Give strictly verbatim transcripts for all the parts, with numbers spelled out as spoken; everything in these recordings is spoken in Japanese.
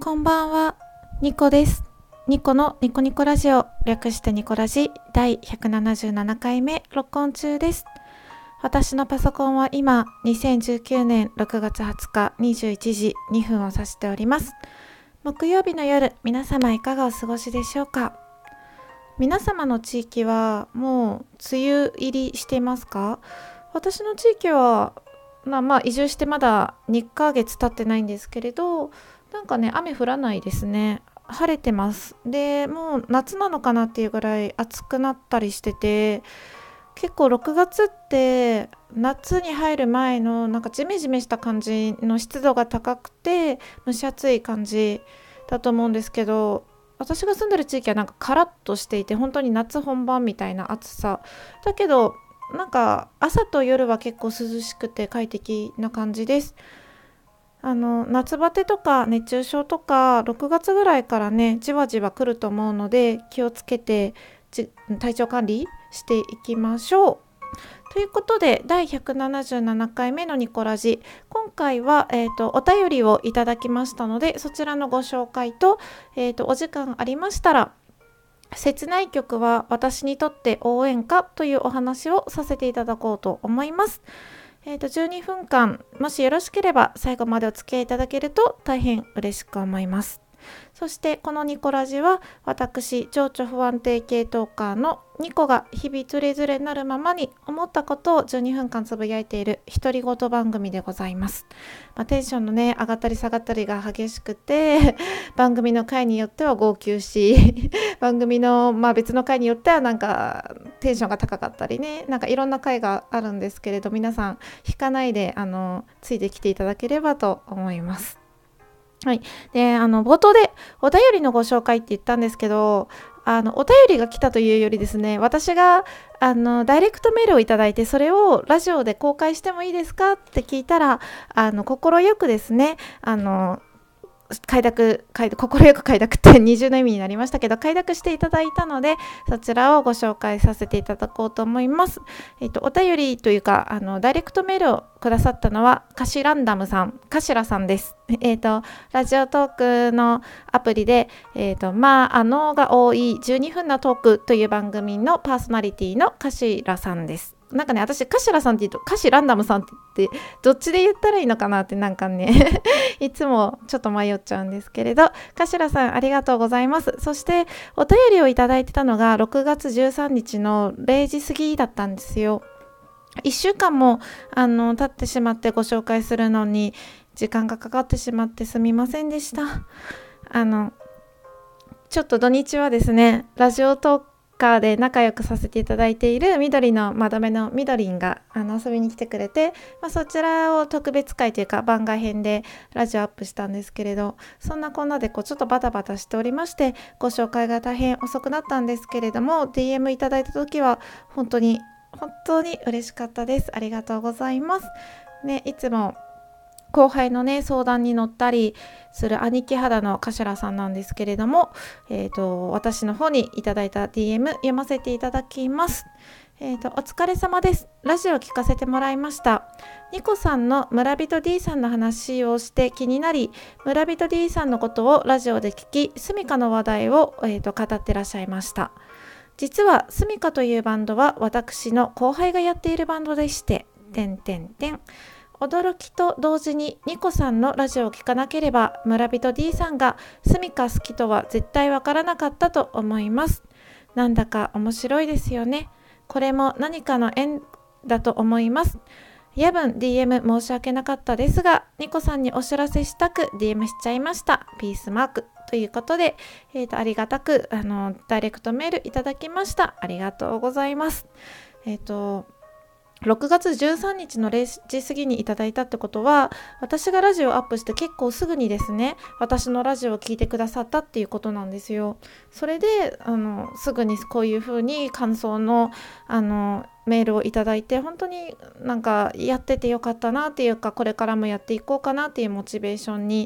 こんばんは、ニコです。ニコのニコニコラジオ、略してニコラジだいひゃくななじゅうななかいめ録音中です。私のパソコンは今、にせんじゅうきゅうねんろくがつはつかにじゅういちじにふんを指しております。木曜日の夜、皆様いかがお過ごしでしょうか。皆様の地域はもう梅雨入りしていますか？私の地域はまあまあ移住してまだにかげつ経ってないんですけれど、なんかね雨降らないですね。晴れてます。でもう夏なのかなっていうぐらい暑くなったりしてて、結構ろくがつって夏に入る前のなんかジメジメした感じの湿度が高くて蒸し暑い感じだと思うんですけど、私が住んでる地域はなんかカラッとしていて本当に夏本番みたいな暑さだけど、なんか朝と夜は結構涼しくて快適な感じです。あの夏バテとか熱中症とかろくがつぐらいからねじわじわ来ると思うので、気をつけてじ体調管理していきましょう。ということでだいひゃくななじゅうななかいめのニコラジ、今回は、えーと、お便りをいただきましたので、そちらのご紹介と、えーと、お時間ありましたら切ない曲は私にとって応援歌というお話をさせていただこうと思います。えーと、じゅうにふんかん、もしよろしければ最後までお付き合いいただけると大変嬉しく思います。そしてこのニコラジは私、情緒不安定系トーカーのニコが日々つれづれなるままに思ったことをじゅうにふんかんつぶやいている独り言番組でございます。まあ、テンションのね上がったり下がったりが激しくて番組の回によっては号泣し番組の、まあ、別の回によってはなんかテンションが高かったりね、なんかいろんな回があるんですけれど、皆さん引かないであのついてきていただければと思います。はい、であの冒頭でお便りのご紹介って言ったんですけど、あのお便りが来たというよりですね、私があのダイレクトメールをいただいて、それをラジオで公開してもいいですかって聞いたら、あの快くですね、あの快諾快快く快諾って二重の意味になりましたけど、快諾していただいたので、そちらをご紹介させていただこうと思います。えっと、お便りというかあのダイレクトメールをくださったのはカシランダムさん、カシラさんです。えっとラジオトークのアプリで、えっとまああのが多いじゅうにふんのトークという番組のパーソナリティのカシラさんです。なんかね、私カシラさんって言うとカシランダムさんって言ってどっちで言ったらいいのかなってなんかねいつもちょっと迷っちゃうんですけれど、カシラさんありがとうございます。そしてお便りをいただいてたのがろくがつじゅうさんにちのれいじ過ぎだったんですよ。いっしゅうかんもあの経ってしまってご紹介するのに時間がかかってしまってすみませんでした。あのちょっと土日はですね、ラジオトーカーで仲良くさせていただいている緑の窓辺のみどりんがあの遊びに来てくれて、まあ、そちらを特別会というか番外編でラジオアップしたんですけれど、そんなこんなでこうちょっとバタバタしておりまして、ご紹介が大変遅くなったんですけれども、 ディーエム いただいた時は本当に本当に嬉しかったです。ありがとうございます。ね、いつも後輩のね相談に乗ったりする兄貴肌の頭さんなんですけれども、えーと、私の方にいただいた ディーエム 読ませていただきます。えーと、お疲れ様です。ラジオ聞かせてもらいました。ニコさんの村人 D さんの話をして気になり、村人 D さんのことをラジオで聞き、スミカの話題を、えーと、語ってらっしゃいました。実はスミカというバンドは私の後輩がやっているバンドでして、てんてんてん驚きと同時にニコさんのラジオを聞かなければ村人 D さんがスミカ好きとは絶対わからなかったと思います。なんだか面白いですよね。これも何かの縁だと思います。夜分 ディーエム 申し訳なかったですが、ニコさんにお知らせしたく ディーエム しちゃいました。ピースマークということで、えーと、ありがたくあのダイレクトメールいただきました。ありがとうございます。えっとろくがつじゅうさんにちのれいじ過ぎにいただいたってことは、私がラジオをアップして結構すぐにですね、私のラジオを聞いてくださったっていうことなんですよ。それであのすぐにこういう風に感想のあのメールをいただいて、本当になんかやっててよかったなっていうか、これからもやっていこうかなっていうモチベーションに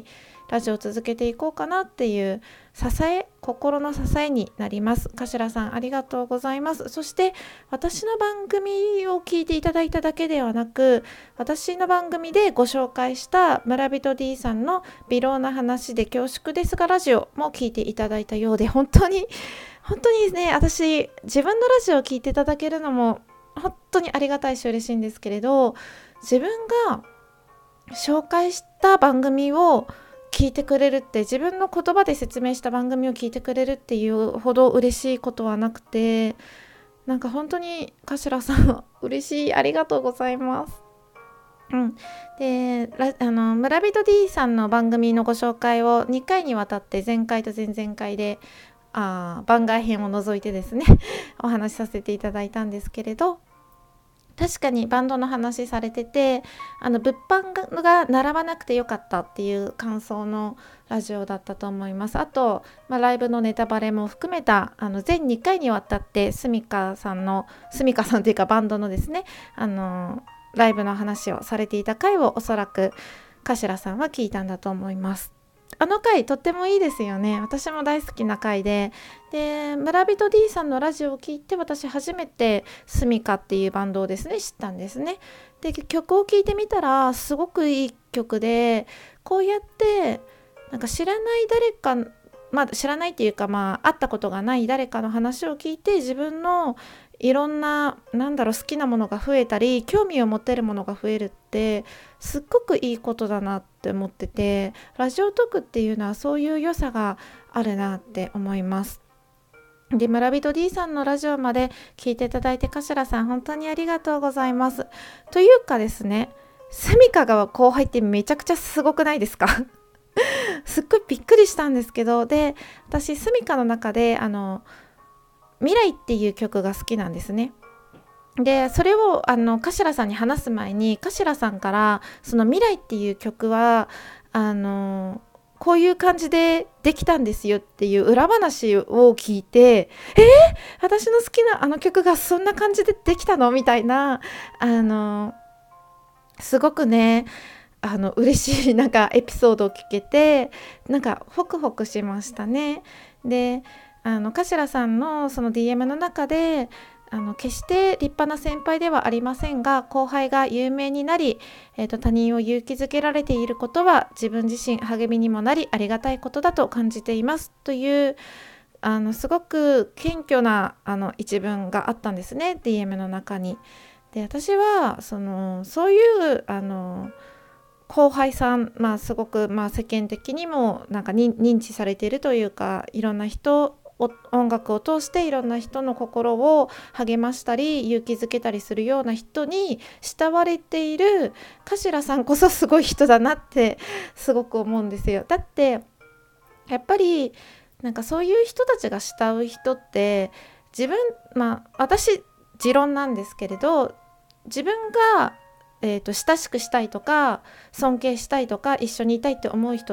ラジオを続けていこうかなっていう支え、心の支えになります。頭さんありがとうございます。そして私の番組を聞いていただいただけではなく、私の番組でご紹介した村人 D さんの微量な話で恐縮ですがラジオも聞いていただいたようで、本当に本当にね、私自分のラジオを聞いていただけるのも本当にありがたいし嬉しいんですけれど、自分が紹介した番組を聞いてくれるって、自分の言葉で説明した番組を聞いてくれるっていうほど嬉しいことはなくて、なんか本当に頭さん嬉しい、ありがとうございます。うん、でラあの村人 D さんの番組のご紹介をにかいにわたって、前回と前々回であ番外編を除いてですねお話しさせていただいたんですけれど、確かにバンドの話されてて、あの物販が並ばなくてよかったっていう感想のラジオだったと思います。あと、まあ、ライブのネタバレも含めたあの全にかいにわたってスミカさんのスミカさんというかバンドのですね、あのライブの話をされていた回をおそらく頭さんは聞いたんだと思います。あの回とってもいいですよね。私も大好きな回で、で村人 D さんのラジオを聞いて、私初めてスミカっていうバンドをですね知ったんですね。で曲を聴いてみたらすごくいい曲で、こうやってなんか知らない誰か、まあ知らないっていうか、まあ会ったことがない誰かの話を聞いて、自分のいろんな、なんだろう、好きなものが増えたり興味を持てるものが増えるってすっごくいいことだなって思ってて、ラジオトークっていうのはそういう良さがあるなって思います。で村人 D さんのラジオまで聞いていただいて、頭さん本当にありがとうございます。というかですね、スミカが後輩ってめちゃくちゃすごくないですかすっごいびっくりしたんですけど、で私スミカの中であの未来っていう曲が好きなんですね。でそれをあの頭さんに話す前に、頭さんからその未来っていう曲はあのこういう感じでできたんですよっていう裏話を聞いて、えー、私の好きなあの曲がそんな感じでできたのみたいな、あのすごくね、あの嬉しいなんかエピソードを聞けて、なんかホクホクしましたね。であの頭さんのその ディーエム の中で、あの決して立派な先輩ではありませんが、後輩が有名になり、えーと、他人を勇気づけられていることは自分自身励みにもなりありがたいことだと感じていますという、あのすごく謙虚なあの一文があったんですね、 ディーエム の中に。で私はそのそういうあの後輩さん、まあ、すごく、まあ、世間的にもなんか認知されているというか、いろんな人音楽を通していろんな人の心を励ましたり勇気づけたりするような人に慕われている頭さんこそすごい人だなってすごく思うんですよ。だってやっぱりなんかそういう人たちが慕う人って、自分まあ私持論なんですけれど、自分がえーと、親しくしたいとか尊敬したいとか一緒にいたいって思う人って、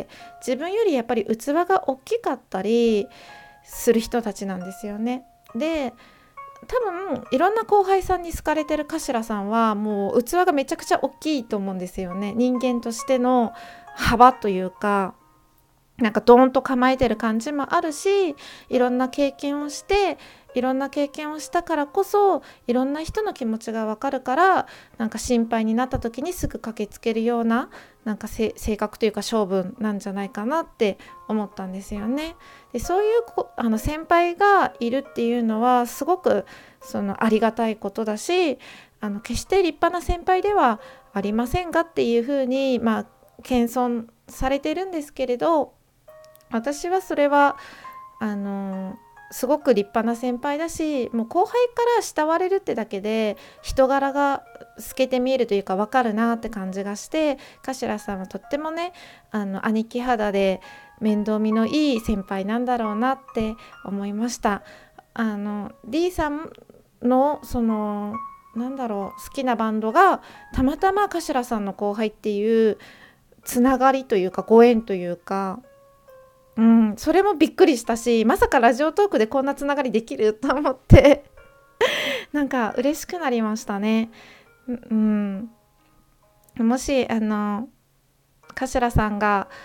自分よりやっぱり器が大きかったりする人たちなんですよね。で多分いろんな後輩さんに好かれてる頭さんはもう器がめちゃくちゃ大きいと思うんですよね。人間としての幅というか、なんかドーンと構えてる感じもあるし、いろんな経験をしていろんな経験をしたからこそいろんな人の気持ちがわかるから、なんか心配になった時にすぐ駆けつけるような、なんか性格というか性分なんじゃないかなって思ったんですよね。でそういうあの先輩がいるっていうのはすごくそのありがたいことだし、あの決して立派な先輩ではありませんがっていうふうに、まあ謙遜されてるんですけれど、私はそれはあのすごく立派な先輩だし、もう後輩から慕われるってだけで人柄が透けて見えるというか分かるなって感じがして、頭さんはとってもね、あの兄貴肌で面倒見のいい先輩なんだろうなって思いました。あの D さんのそのなんだろう好きなバンドがたまたま頭さんの後輩っていうつながりというかご縁というか、うん、それもびっくりしたし、まさかラジオトークでこんなつながりできると思ってなんか嬉しくなりましたね。う、うん、もしあの頭さんが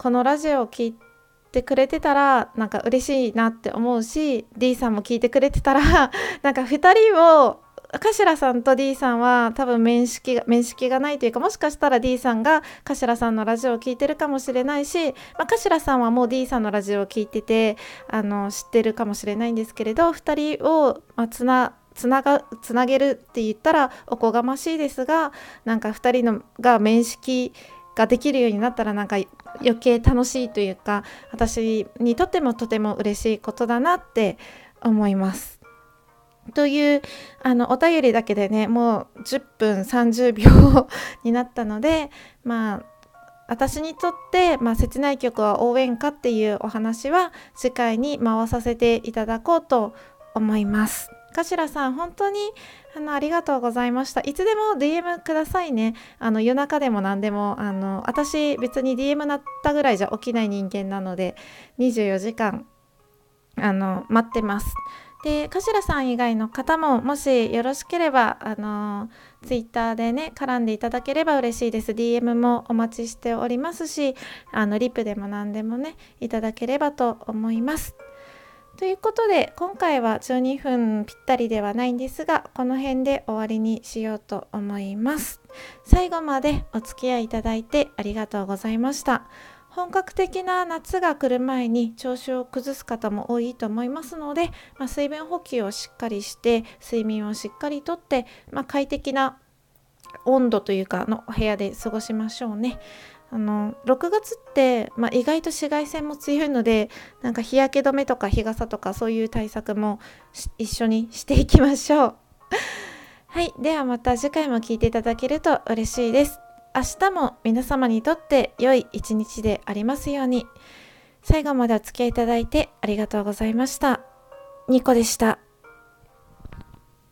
このラジオを聞いてくれてたらなんか嬉しいなって思うし、 D さんも聞いてくれてたらなんかふたりを、頭さんと D さんは多分面識が面識がないというか、もしかしたら D さんが頭さんのラジオを聞いてるかもしれないし、まあ、頭さんはもう D さんのラジオを聞いててあの知ってるかもしれないんですけれど、ふたりを、まあ、つなつながつなげるって言ったらおこがましいですが、なんかふたりのが面識ができるようになったらなんか余計楽しいというか、私にとってもとても嬉しいことだなって思います。というあのお便りだけでね、もうじゅっぷんさんじゅうびょうになったので、まあ私にとって、まあ、切ない曲は応援歌っていうお話は次回に回させていただこうと思います。頭さん本当にあのありがとうございました。いつでも ディーエム くださいね。あの夜中でも何でも、あの私別に ディーエム なったぐらいじゃ起きない人間なのでにじゅうよじかんあの待ってます。で、頭さん以外の方ももしよろしければあのツイッターでね絡んでいただければ嬉しいです。 ディーエム もお待ちしておりますし、あのリプでも何でもねいただければと思います。ということで今回はじゅうにふんぴったりではないんですが、この辺で終わりにしようと思います。最後までお付き合いいただいてありがとうございました。本格的な夏が来る前に調子を崩す方も多いと思いますので、まあ、水分補給をしっかりして睡眠をしっかりとって、まあ、快適な温度というかのお部屋で過ごしましょうね。あのろくがつって、まあ、意外と紫外線も強いので、なんか日焼け止めとか日傘とかそういう対策も一緒にしていきましょう。はい、ではまた次回も聞いていただけると嬉しいです。明日も皆様にとって良い一日でありますように。最後までお付き合いいただいてありがとうございました。ニコでした。